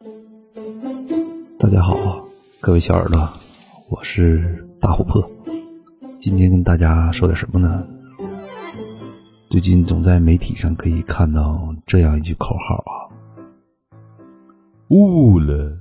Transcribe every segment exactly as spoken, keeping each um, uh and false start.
大家好，各位小耳朵，我是大琥珀。今天跟大家说点什么呢？最近总在媒体上可以看到这样一句口号啊，悟了。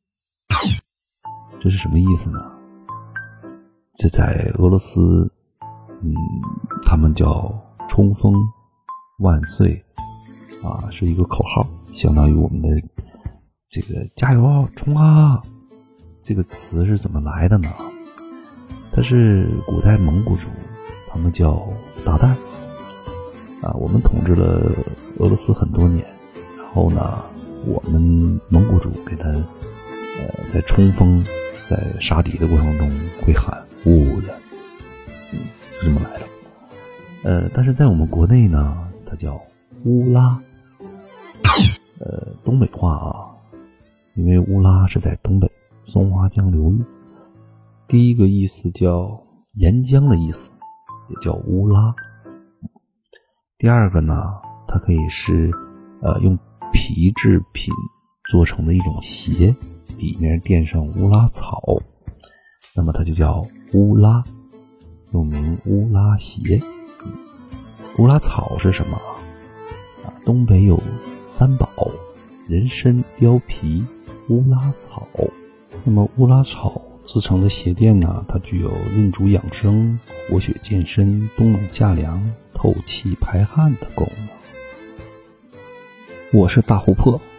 这是什么意思呢？这在俄罗斯，嗯，他们叫冲锋万岁啊，是一个口号，相当于我们的这个加油冲啊，这个词是怎么来的呢？它是古代蒙古族，他们叫鞑靼啊。我们统治了俄罗斯很多年，然后呢，我们蒙古族给他呃在冲锋在杀敌的过程中会喊乌了，嗯，是这么来的。呃，但是在我们国内呢，它叫乌拉，呃，东北话啊。因为乌拉是在东北松花江流域，第一个意思叫沿江的意思，也叫乌拉。第二个呢，它可以是呃用皮制品做成的一种鞋，里面垫上乌拉草，那么它就叫乌拉，又名乌拉鞋。乌拉草是什么啊？东北有三宝：人参、貂皮、乌拉草。那么乌拉草制成的鞋垫呢，它具有润足养生、活血健身、冬暖夏凉、透气排汗的功能。我是大琥珀，